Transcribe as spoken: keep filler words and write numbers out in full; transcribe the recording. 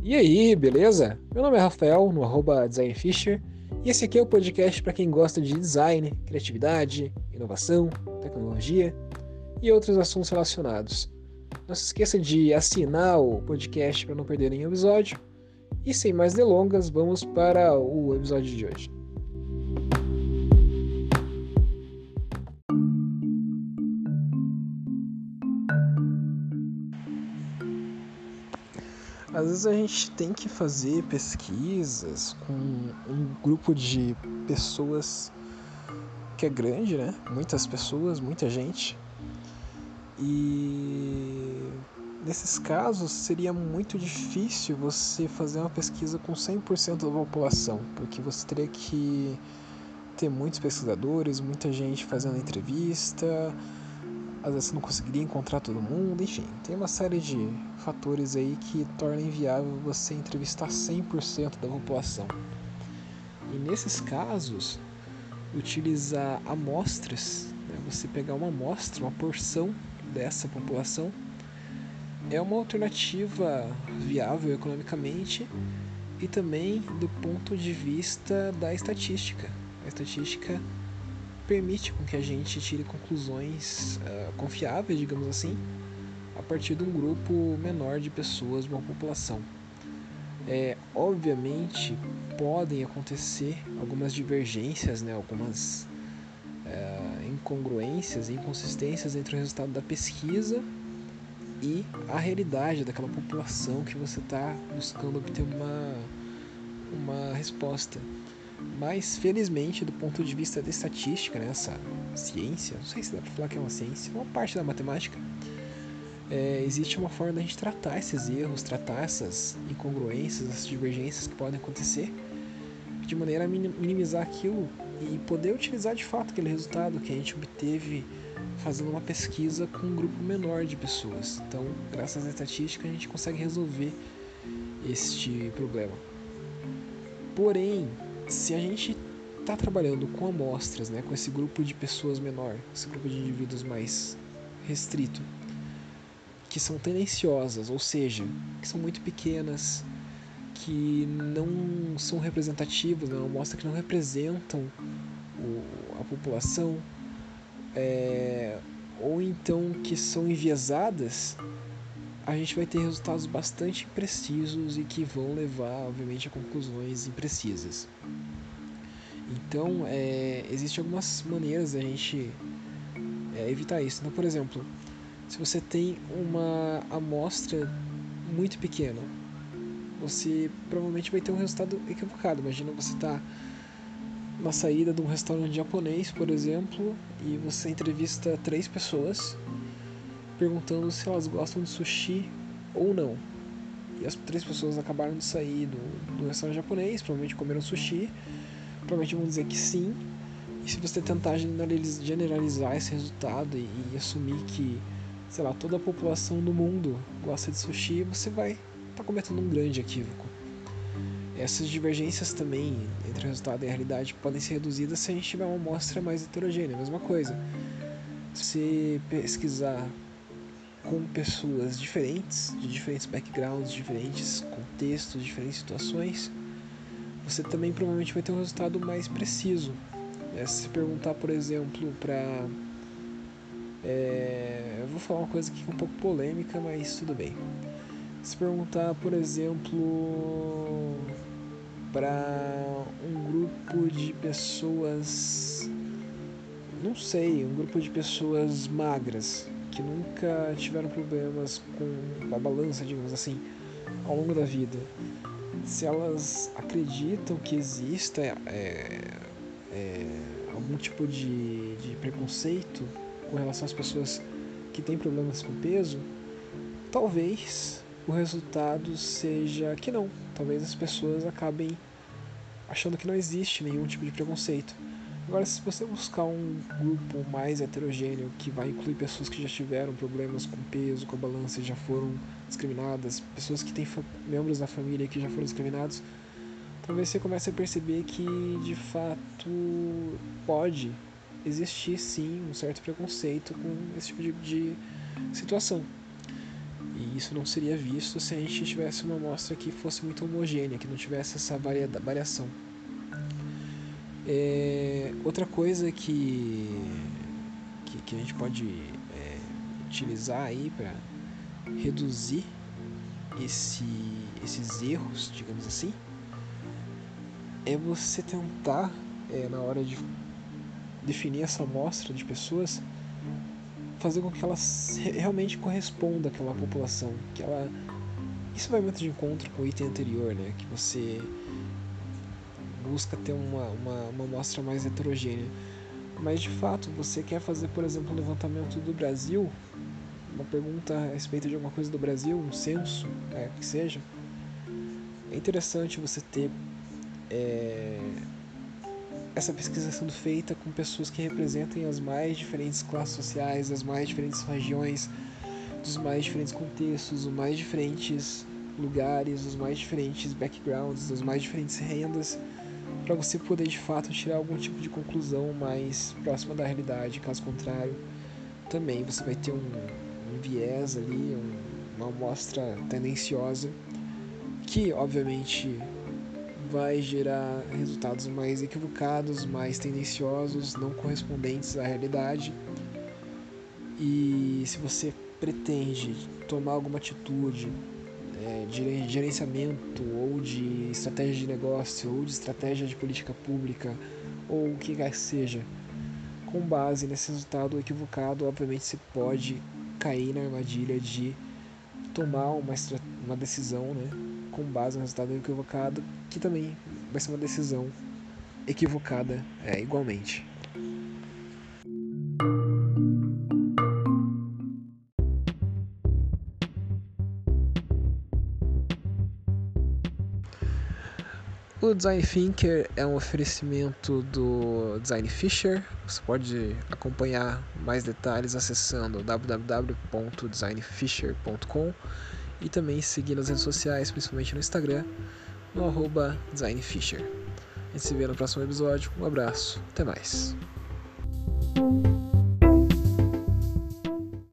E aí, beleza? Meu nome é Rafael, no arroba designfisher, e esse aqui é o podcast para quem gosta de design, criatividade, inovação, tecnologia e outros assuntos relacionados. Não se esqueça de assinar o podcast para não perder nenhum episódio. E sem mais delongas, vamos para o episódio de hoje. Às vezes a gente tem que fazer pesquisas com um grupo de pessoas que é grande, né? Muitas pessoas, muita gente. E nesses casos seria muito difícil você fazer uma pesquisa com cem por cento da população, porque você teria que ter muitos pesquisadores, muita gente fazendo entrevista, às vezes você não conseguiria encontrar todo mundo, enfim, tem uma série de fatores aí que tornam inviável você entrevistar cem por cento da população. E nesses casos, utilizar amostras, né, você pegar uma amostra, uma porção dessa população, é uma alternativa viável economicamente e também do ponto de vista da estatística. A estatística permite com que a gente tire conclusões uh, confiáveis, digamos assim, a partir de um grupo menor de pessoas, uma população. É, obviamente podem acontecer algumas divergências, né, algumas uh, incongruências, inconsistências entre o resultado da pesquisa e a realidade daquela população que você está buscando obter uma, uma resposta. Mas, felizmente, do ponto de vista da estatística, né, essa ciência, não sei se dá para falar que é uma ciência, uma parte da matemática, é, existe uma forma da gente tratar esses erros, tratar essas incongruências, essas divergências que podem acontecer, de maneira a minimizar aquilo e poder utilizar de fato aquele resultado que a gente obteve fazendo uma pesquisa com um grupo menor de pessoas. Então, graças à estatística, a gente consegue resolver este problema. Porém, se a gente está trabalhando com amostras, né, com esse grupo de pessoas menor, esse grupo de indivíduos mais restrito, que são tendenciosas, ou seja, que são muito pequenas, que não são representativas, né, uma amostra que não representam o, a população, é, ou então que são enviesadas, a gente vai ter resultados bastante imprecisos e que vão levar, obviamente, a conclusões imprecisas. Então, é, existem algumas maneiras da gente é, evitar isso. Então, por exemplo, se você tem uma amostra muito pequena, você provavelmente vai ter um resultado equivocado. Imagina você estar na saída de um restaurante japonês, por exemplo, e você entrevista três pessoas perguntando se elas gostam de sushi ou não. E as três pessoas acabaram de sair do, do restaurante japonês, provavelmente comeram sushi, provavelmente vão dizer que sim. E se você tentar generalizar esse resultado e, e assumir que, sei lá, toda a população do mundo gosta de sushi, você vai estar tá cometendo um grande equívoco. Essas divergências também entre o resultado e a realidade podem ser reduzidas se a gente tiver uma amostra mais heterogênea. A mesma coisa, se você pesquisar com pessoas diferentes, de diferentes backgrounds, diferentes contextos, diferentes situações, você também provavelmente vai ter um resultado mais preciso. É, se perguntar, por exemplo, para... É, eu vou falar uma coisa aqui que é um pouco polêmica, mas tudo bem. Se perguntar, por exemplo, para um grupo de pessoas, não sei, um grupo de pessoas magras, que nunca tiveram problemas com a balança, digamos assim, ao longo da vida, se elas acreditam que exista é, é, algum tipo de, de preconceito com relação às pessoas que têm problemas com peso, talvez o resultado seja que não. Talvez as pessoas acabem achando que não existe nenhum tipo de preconceito. Agora, se você buscar um grupo mais heterogêneo, que vai incluir pessoas que já tiveram problemas com peso, com a balança e já foram discriminadas, pessoas que têm membros da família que já foram discriminados, talvez você comece a perceber que, de fato, pode existir, sim, um certo preconceito com esse tipo de, de situação. E isso não seria visto se a gente tivesse uma amostra que fosse muito homogênea, que não tivesse essa variação. É, outra coisa que, que, que a gente pode é, utilizar aí para reduzir esse, esses erros, digamos assim, é você tentar, é, na hora de definir essa amostra de pessoas, fazer com que ela realmente corresponda àquela população, que ela... Isso vai muito de encontro com o item anterior, né? Que você busca ter uma, uma, uma amostra mais heterogênea. Mas, de fato, você quer fazer, por exemplo, um levantamento do Brasil, uma pergunta a respeito de alguma coisa do Brasil, um censo, é, que seja, é interessante você ter é, essa pesquisa sendo feita com pessoas que representem as mais diferentes classes sociais, as mais diferentes regiões, dos mais diferentes contextos, os mais diferentes lugares, os mais diferentes backgrounds, as mais diferentes rendas, para você poder de fato tirar algum tipo de conclusão mais próxima da realidade. Caso contrário, também você vai ter um, um viés ali, um, uma amostra tendenciosa, que obviamente vai gerar resultados mais equivocados, mais tendenciosos, não correspondentes à realidade. E se você pretende tomar alguma atitude é, de gerenciamento ou de estratégia de negócio ou de estratégia de política pública ou o que quer que seja, com base nesse resultado equivocado, obviamente você pode cair na armadilha de tomar uma, uma decisão, né, com base no resultado equivocado, que também vai ser uma decisão equivocada é, igualmente. O Design Thinker é um oferecimento do Design Fisher. Você pode acompanhar mais detalhes acessando w w w ponto design fisher ponto com e também seguir nas redes sociais, principalmente no Instagram, no arroba Design Fisher. A gente se vê no próximo episódio. Um abraço, até mais.